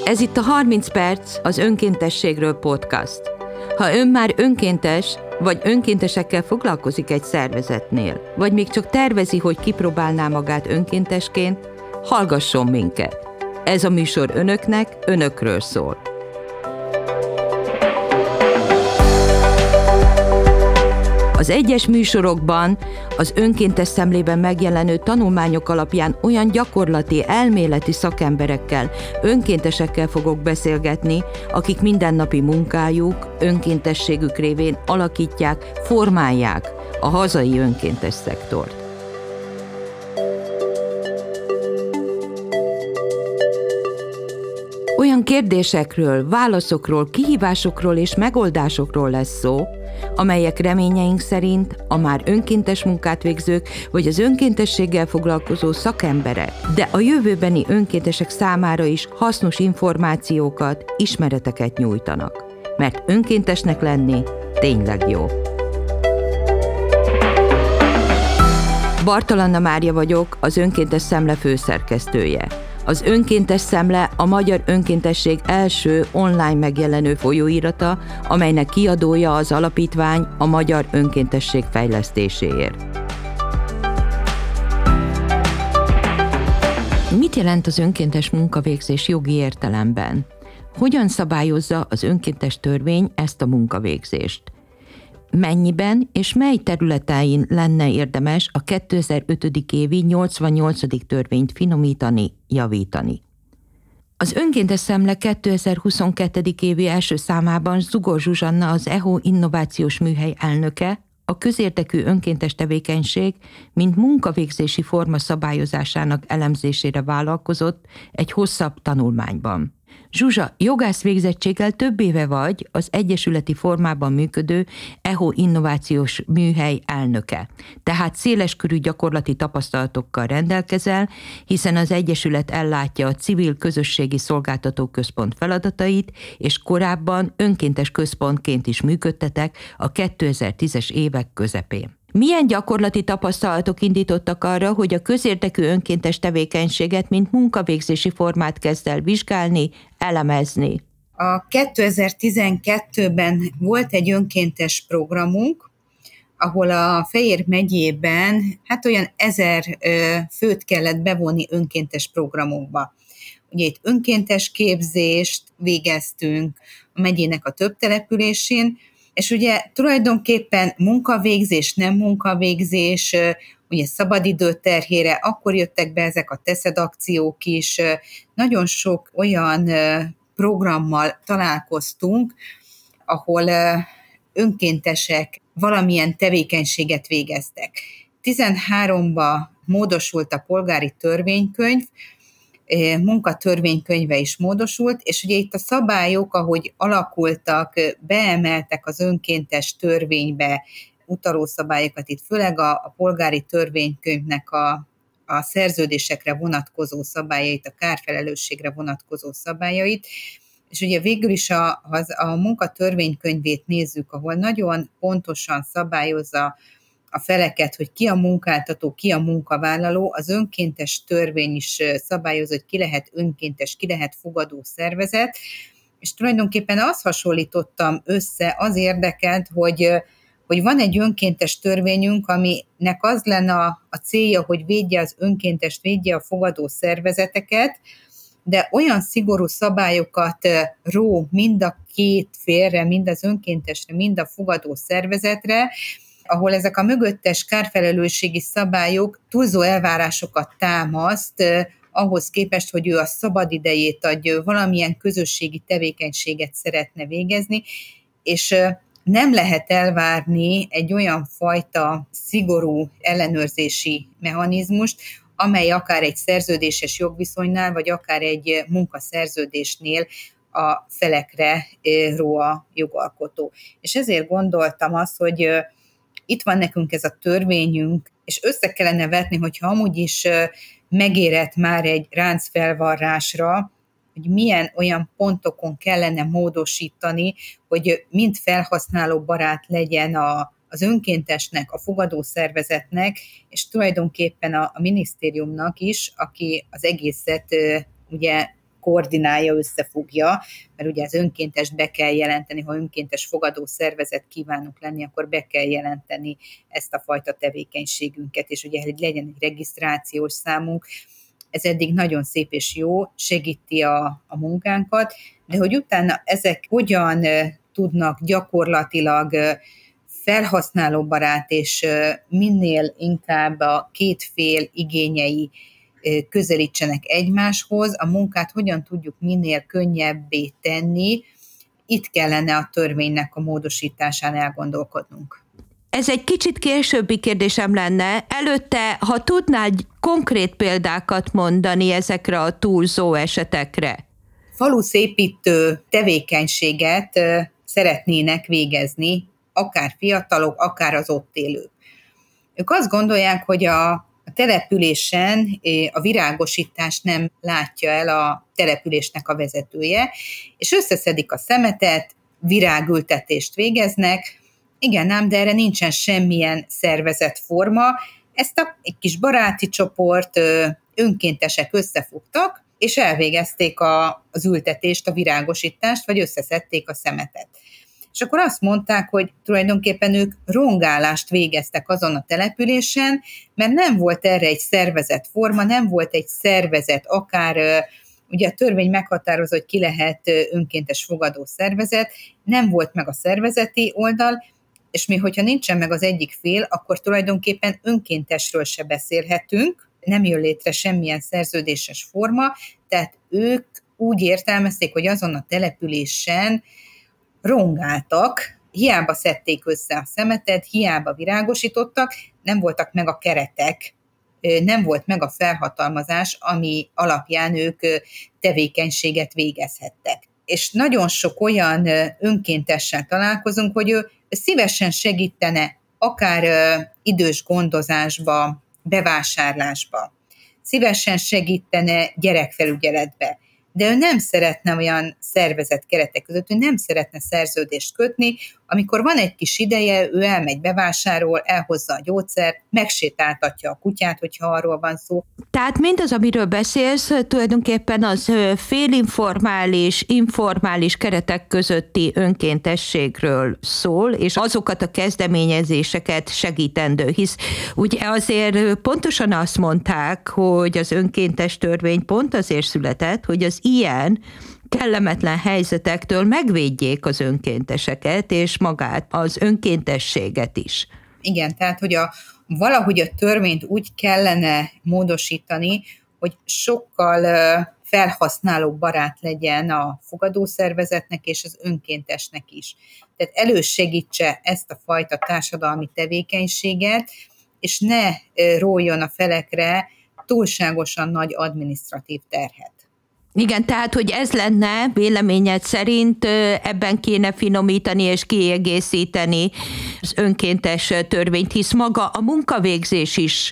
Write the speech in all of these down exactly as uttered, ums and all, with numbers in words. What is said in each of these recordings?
Ez itt a harminc perc az önkéntességről podcast. Ha ön már önkéntes, vagy önkéntesekkel foglalkozik egy szervezetnél, vagy még csak tervezi, hogy kipróbálná magát önkéntesként, hallgasson minket. Ez a műsor önöknek, önökről szól. Az egyes műsorokban az önkéntes szemlében megjelenő tanulmányok alapján olyan gyakorlati, elméleti szakemberekkel, önkéntesekkel fogok beszélgetni, akik mindennapi munkájuk, önkéntességük révén alakítják, formálják a hazai önkéntes szektort. Olyan kérdésekről, válaszokról, kihívásokról és megoldásokról lesz szó, amelyek reményeink szerint a már önkéntes munkát végzők vagy az önkéntességgel foglalkozó szakemberek, de a jövőbeni önkéntesek számára is hasznos információkat, ismereteket nyújtanak. Mert önkéntesnek lenni tényleg jó. Bartalanna Mária vagyok, az Önkéntes Szemle főszerkesztője. Az Önkéntes Szemle a magyar önkéntesség első online megjelenő folyóirata, amelynek kiadója az alapítvány a magyar önkéntesség fejlesztéséért. Mit jelent az önkéntes munkavégzés jogi értelemben? Hogyan szabályozza az önkéntes törvény ezt a munkavégzést? Mennyiben és mely területein lenne érdemes a kétezer-öt. évi nyolcvannyolcadik törvényt finomítani, javítani? Az Önkéntes Szemle kétezer-huszonkettő. évi első számában Zugor Zsuzsanna, az e há o innovációs műhely elnöke, a közérdekű önkéntes tevékenység, mint munkavégzési forma szabályozásának elemzésére vállalkozott egy hosszabb tanulmányban. Zsuzsa, jogász végzettséggel több éve vagy az egyesületi formában működő e há o innovációs műhely elnöke, tehát széleskörű gyakorlati tapasztalatokkal rendelkezel, hiszen az egyesület ellátja a civil közösségi szolgáltató központ feladatait, és korábban önkéntes központként is működtetek a kétezer-tízes évek közepén. Milyen gyakorlati tapasztalatok indítottak arra, hogy a közérdekű önkéntes tevékenységet, mint munkavégzési formát kezd el vizsgálni, elemezni? A kétezer-tizenkettőben volt egy önkéntes programunk, ahol a Fejér megyében hát olyan ezer főt kellett bevonni önkéntes programunkba. Ugye itt önkéntes képzést végeztünk a megyének a több településén, és ugye tulajdonképpen munkavégzés, nem munkavégzés, ugye szabadidő terhére, akkor jöttek be ezek a teszed akciók is, nagyon sok olyan programmal találkoztunk, ahol önkéntesek valamilyen tevékenységet végeztek. tizenháromban módosult a polgári törvénykönyv, munkatörvénykönyve is módosult, és ugye itt a szabályok, ahogy alakultak, beemeltek az önkéntes törvénybe utaló szabályokat, itt főleg a, a polgári törvénykönyvnek a, a szerződésekre vonatkozó szabályait, a kárfelelősségre vonatkozó szabályait, és ugye végül is a, a munkatörvénykönyvét nézzük, ahol nagyon pontosan szabályozza a feleket, hogy ki a munkáltató, ki a munkavállaló, az önkéntes törvény is szabályozza, hogy ki lehet önkéntes, ki lehet fogadó szervezet, és tulajdonképpen azt hasonlítottam össze, az érdekelt, hogy, hogy van egy önkéntes törvényünk, aminek az lenne a, a célja, hogy védje az önkéntest, védje a fogadó szervezeteket, de olyan szigorú szabályokat ró mind a két félre, mind az önkéntesre, mind a fogadó szervezetre, ahol ezek a mögöttes kárfelelősségi szabályok túlzó elvárásokat támaszt ahhoz képest, hogy ő a szabadidejét adja, valamilyen közösségi tevékenységet szeretne végezni, és nem lehet elvárni egy olyan fajta szigorú ellenőrzési mechanizmust, amely akár egy szerződéses jogviszonynál, vagy akár egy munkaszerződésnél a felekre ró a jogalkotó. És ezért gondoltam azt, hogy itt van nekünk ez a törvényünk, és össze kellene vetni, hogyha amúgy is megérett már egy ráncfelvarrásra, hogy milyen olyan pontokon kellene módosítani, hogy mind felhasználó barát legyen a, az önkéntesnek, a fogadó szervezetnek, és tulajdonképpen a, a minisztériumnak is, aki az egészet ugye koordinálja, összefogja, mert ugye az önkéntest be kell jelenteni, ha önkéntes fogadó szervezet kívánunk lenni, akkor be kell jelenteni ezt a fajta tevékenységünket, és ugye hogy legyen egy regisztrációs számunk. Ez eddig nagyon szép és jó, segíti a, a munkánkat, de hogy utána ezek hogyan tudnak gyakorlatilag felhasználóbarát és minél inkább a két fél igényei közelítsenek egymáshoz, a munkát hogyan tudjuk minél könnyebbé tenni, itt kellene a törvénynek a módosításán elgondolkodnunk. Ez egy kicsit későbbi kérdésem lenne. Előtte, ha tudnál konkrét példákat mondani ezekre a túlzó esetekre? Faluszépítő tevékenységet szeretnének végezni, akár fiatalok, akár az ott élők. Ők azt gondolják, hogy a, a településen a virágosítást nem látja el a településnek a vezetője, és összeszedik a szemetet, virágültetést végeznek. Igen, ám, de erre nincsen semmilyen szervezett forma. Ezt a, egy kis baráti csoport, önkéntesek összefogtak, és elvégezték a, az ültetést, a virágosítást, vagy összeszedték a szemetet. És akkor azt mondták, hogy tulajdonképpen ők rongálást végeztek azon a településen, mert nem volt erre egy szervezett forma, nem volt egy szervezet, akár ugye a törvény meghatározza, hogy ki lehet önkéntes fogadó szervezet, nem volt meg a szervezeti oldal, és még hogyha nincsen meg az egyik fél, akkor tulajdonképpen önkéntesről se beszélhetünk, nem jön létre semmilyen szerződéses forma, tehát ők úgy értelmezték, hogy azon a településen rongáltak, hiába szedték össze a szemetet, hiába virágosítottak, nem voltak meg a keretek, nem volt meg a felhatalmazás, ami alapján ők tevékenységet végezhettek. És nagyon sok olyan önkéntessel találkozunk, hogy ő szívesen segítene akár idős gondozásba, bevásárlásba, szívesen segítene gyerekfelügyeletbe, de ő nem szeretne olyan szervezett keretek között, ő nem szeretne szerződést kötni, amikor van egy kis ideje, ő elmegy, bevásárol, elhozza a gyógyszert, megsétáltatja a kutyát, hogyha arról van szó. Tehát mindaz, amiről beszélsz, tulajdonképpen az félinformális, informális keretek közötti önkéntességről szól, és azokat a kezdeményezéseket segítendő, hisz ugye azért pontosan azt mondták, hogy az önkéntes törvény pont azért született, hogy az ilyen kellemetlen helyzetektől megvédjék az önkénteseket, és magát, az önkéntességet is. Igen, tehát, hogy a, valahogy a törvényt úgy kellene módosítani, hogy sokkal felhasználóbb barát legyen a fogadószervezetnek és az önkéntesnek is. Tehát elősegítse ezt a fajta társadalmi tevékenységet, és ne rójon a felekre túlságosan nagy adminisztratív terhet. Igen, tehát, hogy ez lenne véleményed szerint, ebben kéne finomítani és kiegészíteni az önkéntes törvényt, hisz maga a munkavégzés is,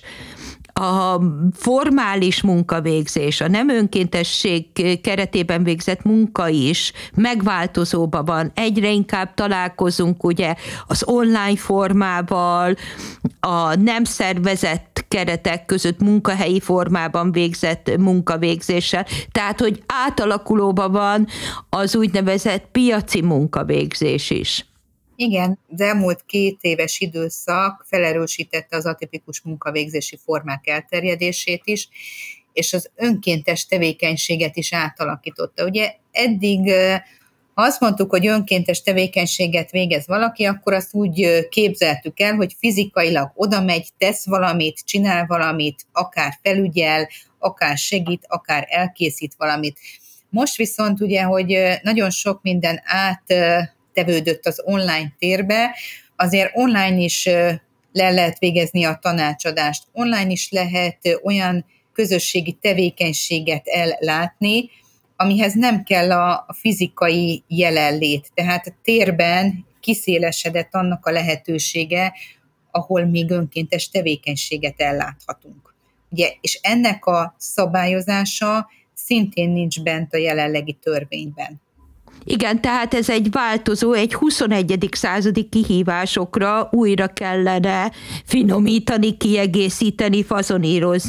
a formális munkavégzés, a nem önkéntesség keretében végzett munka is megváltozóban van. Egyre inkább találkozunk ugye az online formával, a nem szervezett keretek között munkahelyi formában végzett munkavégzéssel. Tehát, hogy átalakulóban van az úgynevezett piaci munkavégzés is. Igen, az elmúlt két éves időszak felerősítette az atipikus munkavégzési formák elterjedését is, és az önkéntes tevékenységet is átalakította. Ugye eddig, ha azt mondtuk, hogy önkéntes tevékenységet végez valaki, akkor azt úgy képzeltük el, hogy fizikailag oda megy, tesz valamit, csinál valamit, akár felügyel, akár segít, akár elkészít valamit. Most viszont ugye, hogy nagyon sok minden át tevődött az online térbe, azért online is le lehet végezni a tanácsadást, online is lehet olyan közösségi tevékenységet ellátni, amihez nem kell a fizikai jelenlét. Tehát a térben kiszélesedett annak a lehetősége, ahol még önkéntes tevékenységet elláthatunk. Ugye, és ennek a szabályozása szintén nincs bent a jelenlegi törvényben. Igen, tehát ez egy változó, egy huszonegyedik századi kihívásokra újra kellene finomítani, kiegészíteni, fazonírozni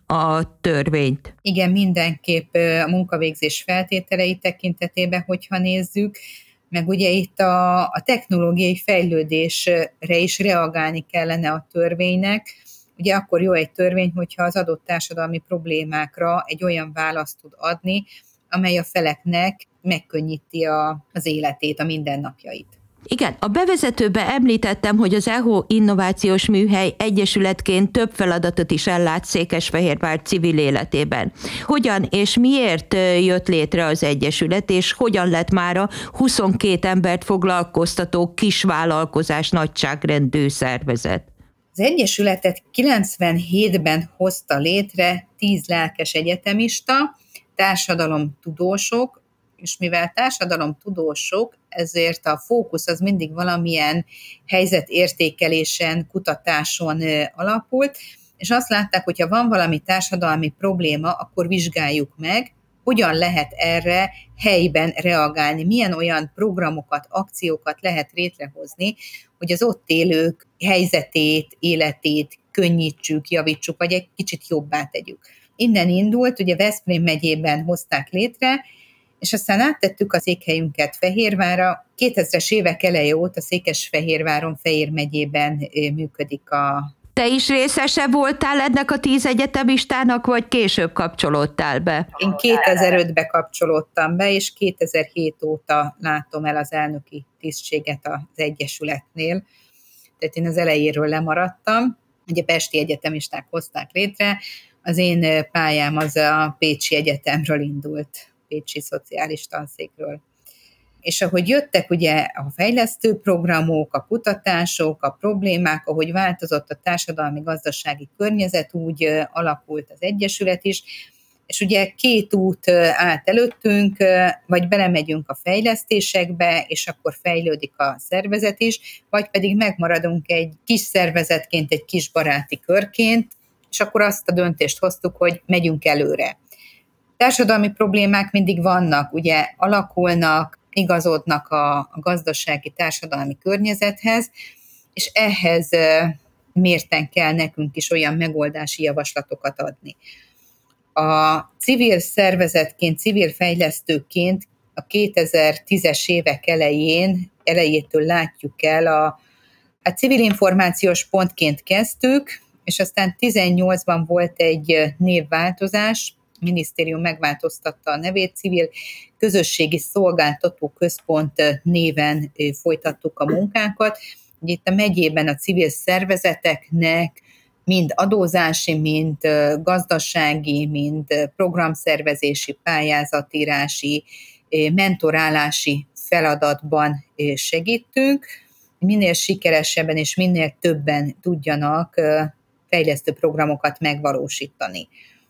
a törvényt. Igen, mindenképp a munkavégzés feltételei tekintetében, hogyha nézzük, meg ugye itt a, a technológiai fejlődésre is reagálni kellene a törvénynek. Ugye akkor jó egy törvény, hogyha az adott társadalmi problémákra egy olyan választ tud adni, amely a feleknek megkönnyíti a, az életét, a mindennapjait. Igen, a bevezetőben említettem, hogy az e há o Innovációs Műhely egyesületként több feladatot is ellát Székesfehérvár civil életében. Hogyan és miért jött létre az egyesület, és hogyan lett mára huszonkét embert foglalkoztató kisvállalkozás nagyságrendű szervezet? Az egyesületet kilencvenhétben hozta létre tíz lelkes egyetemista, társadalomtudósok, és mivel társadalomtudósok, ezért a fókusz az mindig valamilyen helyzetértékelésen, kutatáson alapult, és azt látták, hogy ha van valami társadalmi probléma, akkor vizsgáljuk meg, hogyan lehet erre helyben reagálni, milyen olyan programokat, akciókat lehet létrehozni, hogy az ott élők helyzetét, életét könnyítsük, javítsuk, vagy egy kicsit jobbá tegyük. Innen indult, ugye Veszprém megyében hozták létre, és aztán áttettük a székhelyünket Fehérvárra. kétezres évek eleje óta Székesfehérváron, Fejér megyében működik a... Te is részese voltál ennek a tíz egyetemistának, vagy később kapcsolódtál be? Én kétezer-ötben kapcsolódtam be, és kétezer-hét óta látom el az elnöki tisztséget az egyesületnél. Tehát én az elejéről lemaradtam. Ugye pesti egyetemisták hozták létre, az én pályám az a Pécsi Egyetemről indult, Pécsi Szociális Tanszékről. És ahogy jöttek ugye a fejlesztő programok, a kutatások, a problémák, ahogy változott a társadalmi-gazdasági környezet, úgy alakult az egyesület is, és ugye két út állt előttünk, vagy belemegyünk a fejlesztésekbe, és akkor fejlődik a szervezet is, vagy pedig megmaradunk egy kis szervezetként, egy kis baráti körként, és akkor azt a döntést hoztuk, hogy megyünk előre. Társadalmi problémák mindig vannak, ugye alakulnak, igazodnak a, a gazdasági társadalmi környezethez, és ehhez mérten kell nekünk is olyan megoldási javaslatokat adni. A civil szervezetként, civil fejlesztőként a kétezer-tízes évek elején, elejétől látjuk el, a, a civil információs pontként kezdtük, és aztán tizennyolcban volt egy névváltozás, a minisztérium megváltoztatta a nevét, Civil Közösségi Szolgáltató Központ néven folytattuk a munkánkat. Ugye itt a megyében a civil szervezeteknek mind adózási, mind gazdasági, mind programszervezési, pályázatírási, mentorálási feladatban segítünk. Minél sikeresebben és minél többen tudjanak fejlesztő programokat megvalósítani.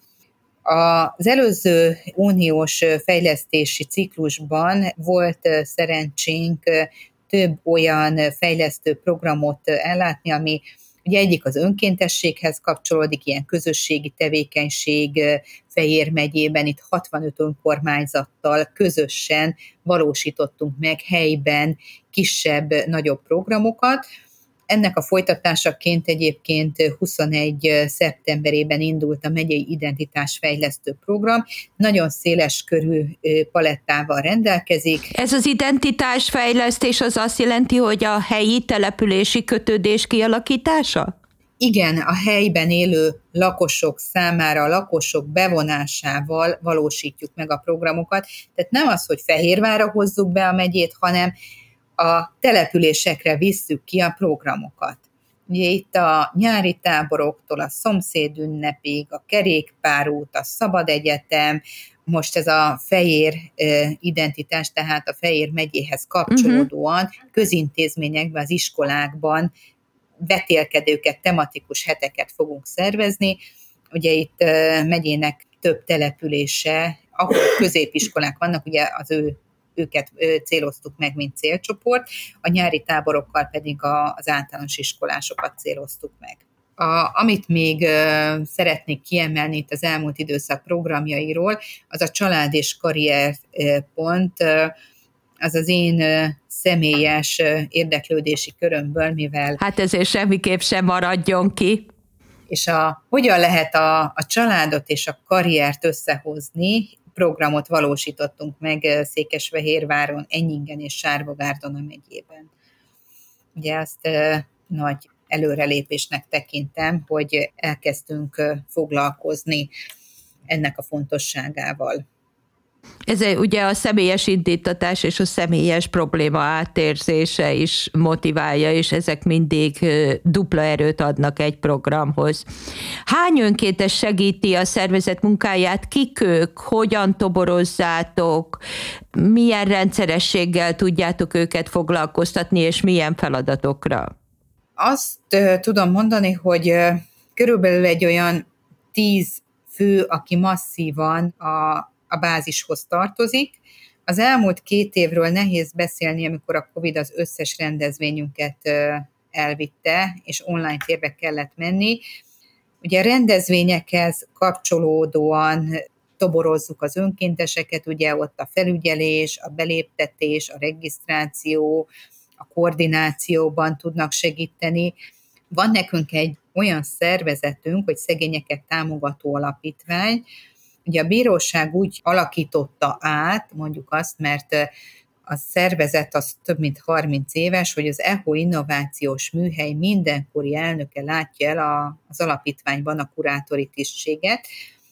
Az előző uniós fejlesztési ciklusban volt szerencsénk több olyan fejlesztő programot ellátni, ami ugye egyik az önkéntességhez kapcsolódik, ilyen közösségi tevékenység Fejér megyében, itt hatvanöt önkormányzattal közösen valósítottunk meg helyben kisebb, nagyobb programokat. Ennek a folytatásaként egyébként huszonegy szeptemberében indult a megyei identitásfejlesztő program. Nagyon széles körű palettával rendelkezik. Ez az identitásfejlesztés az azt jelenti, hogy a helyi települési kötődés kialakítása? Igen, a helyben élő lakosok számára, a lakosok bevonásával valósítjuk meg a programokat. Tehát nem az, hogy Fehérvárra hozzuk be a megyét, hanem a településekre visszük ki a programokat. Ugye itt a nyári táboroktól a szomszédünnepig, a kerékpárút, a Szabad Egyetem, most ez a Fejér identitás, tehát a Fejér megyéhez kapcsolódóan uh-huh. közintézményekben, az iskolákban vetélkedőket, tematikus heteket fogunk szervezni. Ugye itt megyének több települése, ahol középiskolák vannak, ugye az ő őket céloztuk meg, mint célcsoport, a nyári táborokkal pedig az általános iskolásokat céloztuk meg. A, amit még uh, szeretnék kiemelni itt az elmúlt időszak programjairól, az a család és karrier uh, pont, uh, az az én uh, személyes uh, érdeklődési körömből, mivel... Hát ezért semmiképp sem maradjon ki. és a, hogyan lehet a, a családot és a karriert összehozni, programot valósítottunk meg Székesfehérváron, Ennyingen és Sárbogárdona megyében. Ugye azt nagy előrelépésnek tekintem, hogy elkezdtünk foglalkozni ennek a fontosságával. Ez ugye a személyes indítatás és a személyes probléma átérzése is motiválja, és ezek mindig dupla erőt adnak egy programhoz. Hány önkéntes segíti a szervezet munkáját? Kik ők? Hogyan toborozzátok? Milyen rendszerességgel tudjátok őket foglalkoztatni, és milyen feladatokra? Azt uh, tudom mondani, hogy uh, körülbelül egy olyan tíz fő, aki masszívan a a bázishoz tartozik. Az elmúlt két évről nehéz beszélni, amikor a Covid az összes rendezvényünket elvitte, és online térbe kellett menni. Ugye rendezvényekhez kapcsolódóan toborozzuk az önkénteseket, ugye ott a felügyelés, a beléptetés, a regisztráció, a koordinációban tudnak segíteni. Van nekünk egy olyan szervezetünk, hogy Szegényeket Támogató Alapítvány. Ugye a bíróság úgy alakította át, mondjuk azt, mert a szervezet az több mint harminc éves, hogy az e há o Innovációs Műhely mindenkori elnöke látja el az alapítványban a kurátori tisztséget,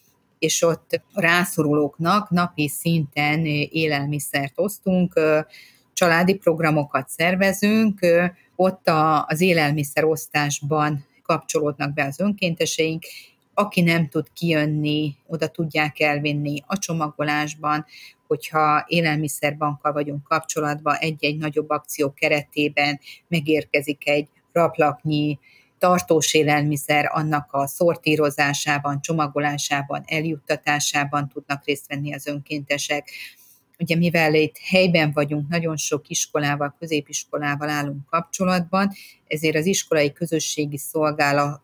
és ott rászorulóknak napi szinten élelmiszert osztunk, családi programokat szervezünk, ott az élelmiszerosztásban kapcsolódnak be az önkénteseink, aki nem tud kijönni, oda tudják elvinni a csomagolásban, hogyha élelmiszerbankkal vagyunk kapcsolatban, egy-egy nagyobb akció keretében megérkezik egy raplaknyi tartós élelmiszer, annak a szortírozásában, csomagolásában, eljuttatásában tudnak részt venni az önkéntesek. Ugye mivel itt helyben vagyunk, nagyon sok iskolával, középiskolával állunk kapcsolatban, ezért az iskolai közösségi szolgálat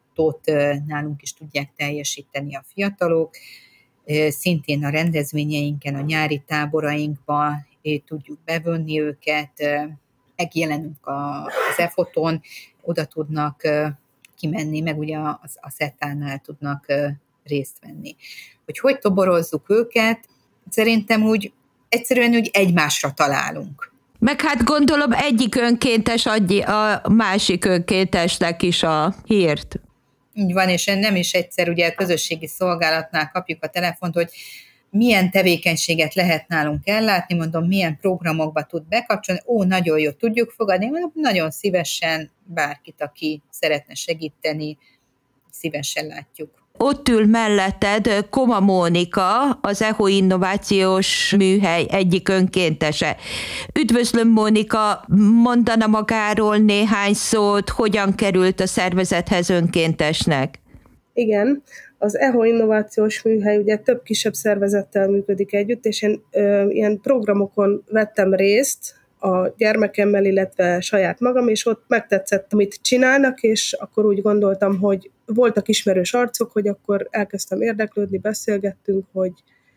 nálunk is tudják teljesíteni a fiatalok. Szintén a rendezvényeinken, a nyári táborainkban tudjuk bevonni őket, megjelenünk az e foton, oda tudnak kimenni, meg ugye a szetánál tudnak részt venni. Hogy hogy toborozzuk őket, szerintem úgy egyszerűen úgy egymásra találunk. Meg hát gondolom egyik önkéntes adja a másik önkéntesnek is a hírt. Így van, és nem is egyszer ugye a közösségi szolgálatnál kapjuk a telefont, hogy milyen tevékenységet lehet nálunk ellátni, mondom, milyen programokba tud bekapcsolni, ó, nagyon jó, tudjuk fogadni, mondom, nagyon szívesen bárkit, aki szeretne segíteni, szívesen látjuk. Ott ül melletted Koma Mónika, az e há o Innovációs Műhely egyik önkéntese. Üdvözlöm, Mónika, mondana magáról néhány szót, hogyan került a szervezethez önkéntesnek? Igen, az e há o Innovációs Műhely ugye több kisebb szervezettel működik együtt, és én ö, ilyen programokon vettem részt a gyermekemmel, illetve saját magam, és ott megtetszett, amit csinálnak, és akkor úgy gondoltam, hogy voltak ismerős arcok, hogy akkor elkezdtem érdeklődni, beszélgettünk, hogy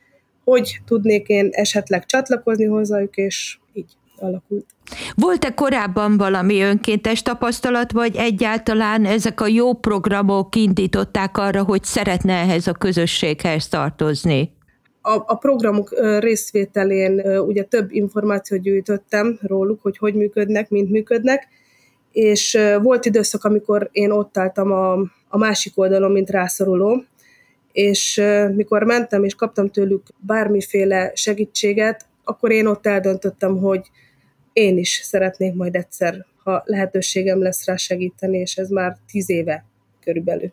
hogy tudnék én esetleg csatlakozni hozzájuk, és így alakult. Volt-e korábban valami önkéntes tapasztalat, vagy egyáltalán ezek a jó programok indították arra, hogy szeretne ehhez a közösséghez tartozni? A, a programok részvételén ugye több információt gyűjtöttem róluk, hogy hogy működnek, mint működnek, és volt időszak, amikor én ott álltam a, a másik oldalon, mint rászoruló, és mikor mentem és kaptam tőlük bármiféle segítséget, akkor én ott eldöntöttem, hogy én is szeretnék majd egyszer, ha lehetőségem lesz rá segíteni, és ez már tíz éve körülbelül.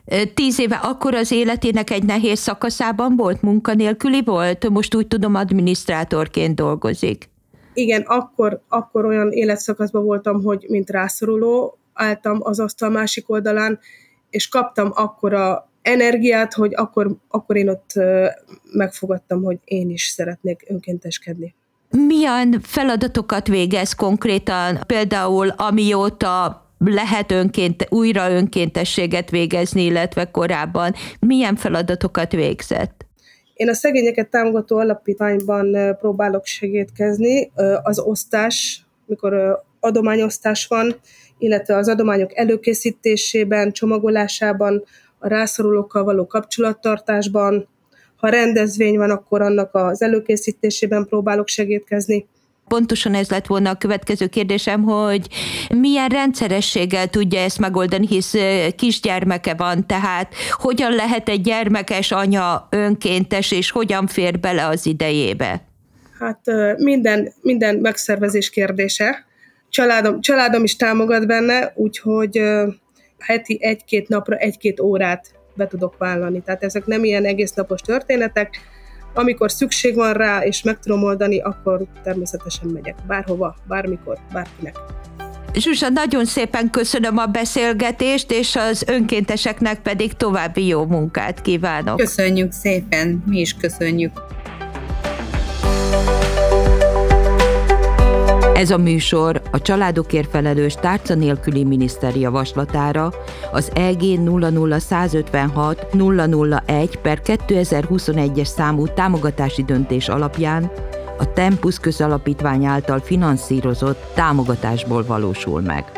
Tíz éve akkor az életének egy nehéz szakaszában volt, munkanélküli volt? Most úgy tudom, adminisztrátorként dolgozik. Igen, akkor, akkor olyan életszakaszban voltam, hogy mint rászoruló, álltam az asztal másik oldalán, és kaptam akkora energiát, hogy akkor, akkor én ott megfogadtam, hogy én is szeretnék önkénteskedni. Milyen feladatokat végez konkrétan, például amióta lehet önként, újra önkéntességet végezni, illetve korábban milyen feladatokat végzett? Én a Szegényeket Támogató Alapítványban próbálok segítkezni, az osztás, mikor adományosztás van, illetve az adományok előkészítésében, csomagolásában, a rászorulókkal való kapcsolattartásban. Ha rendezvény van, akkor annak az előkészítésében próbálok segítkezni. Pontosan ez lett volna a következő kérdésem, hogy milyen rendszerességgel tudja ezt megoldani, hisz kisgyermeke van, tehát hogyan lehet egy gyermekes anya önkéntes, és hogyan fér bele az idejébe? Hát minden, minden megszervezés kérdése. Családom, családom is támogat benne, úgyhogy heti egy-két napra egy-két órát be tudok vállalni. Tehát ezek nem ilyen egész napos történetek. Amikor szükség van rá, és meg tudom oldani, akkor természetesen megyek bárhova, bármikor, bárkinek. Zsuzsa, nagyon szépen köszönöm a beszélgetést, és az önkénteseknek pedig további jó munkát kívánok. Köszönjük szépen, mi is köszönjük. Ez a műsor a családokért felelős tárca nélküli miniszter javaslatára az E G nulla nulla egy ötvenhat nulla nulla egy per kétezer-huszonegyes számú támogatási döntés alapján a Tempus közalapítvány által finanszírozott támogatásból valósul meg.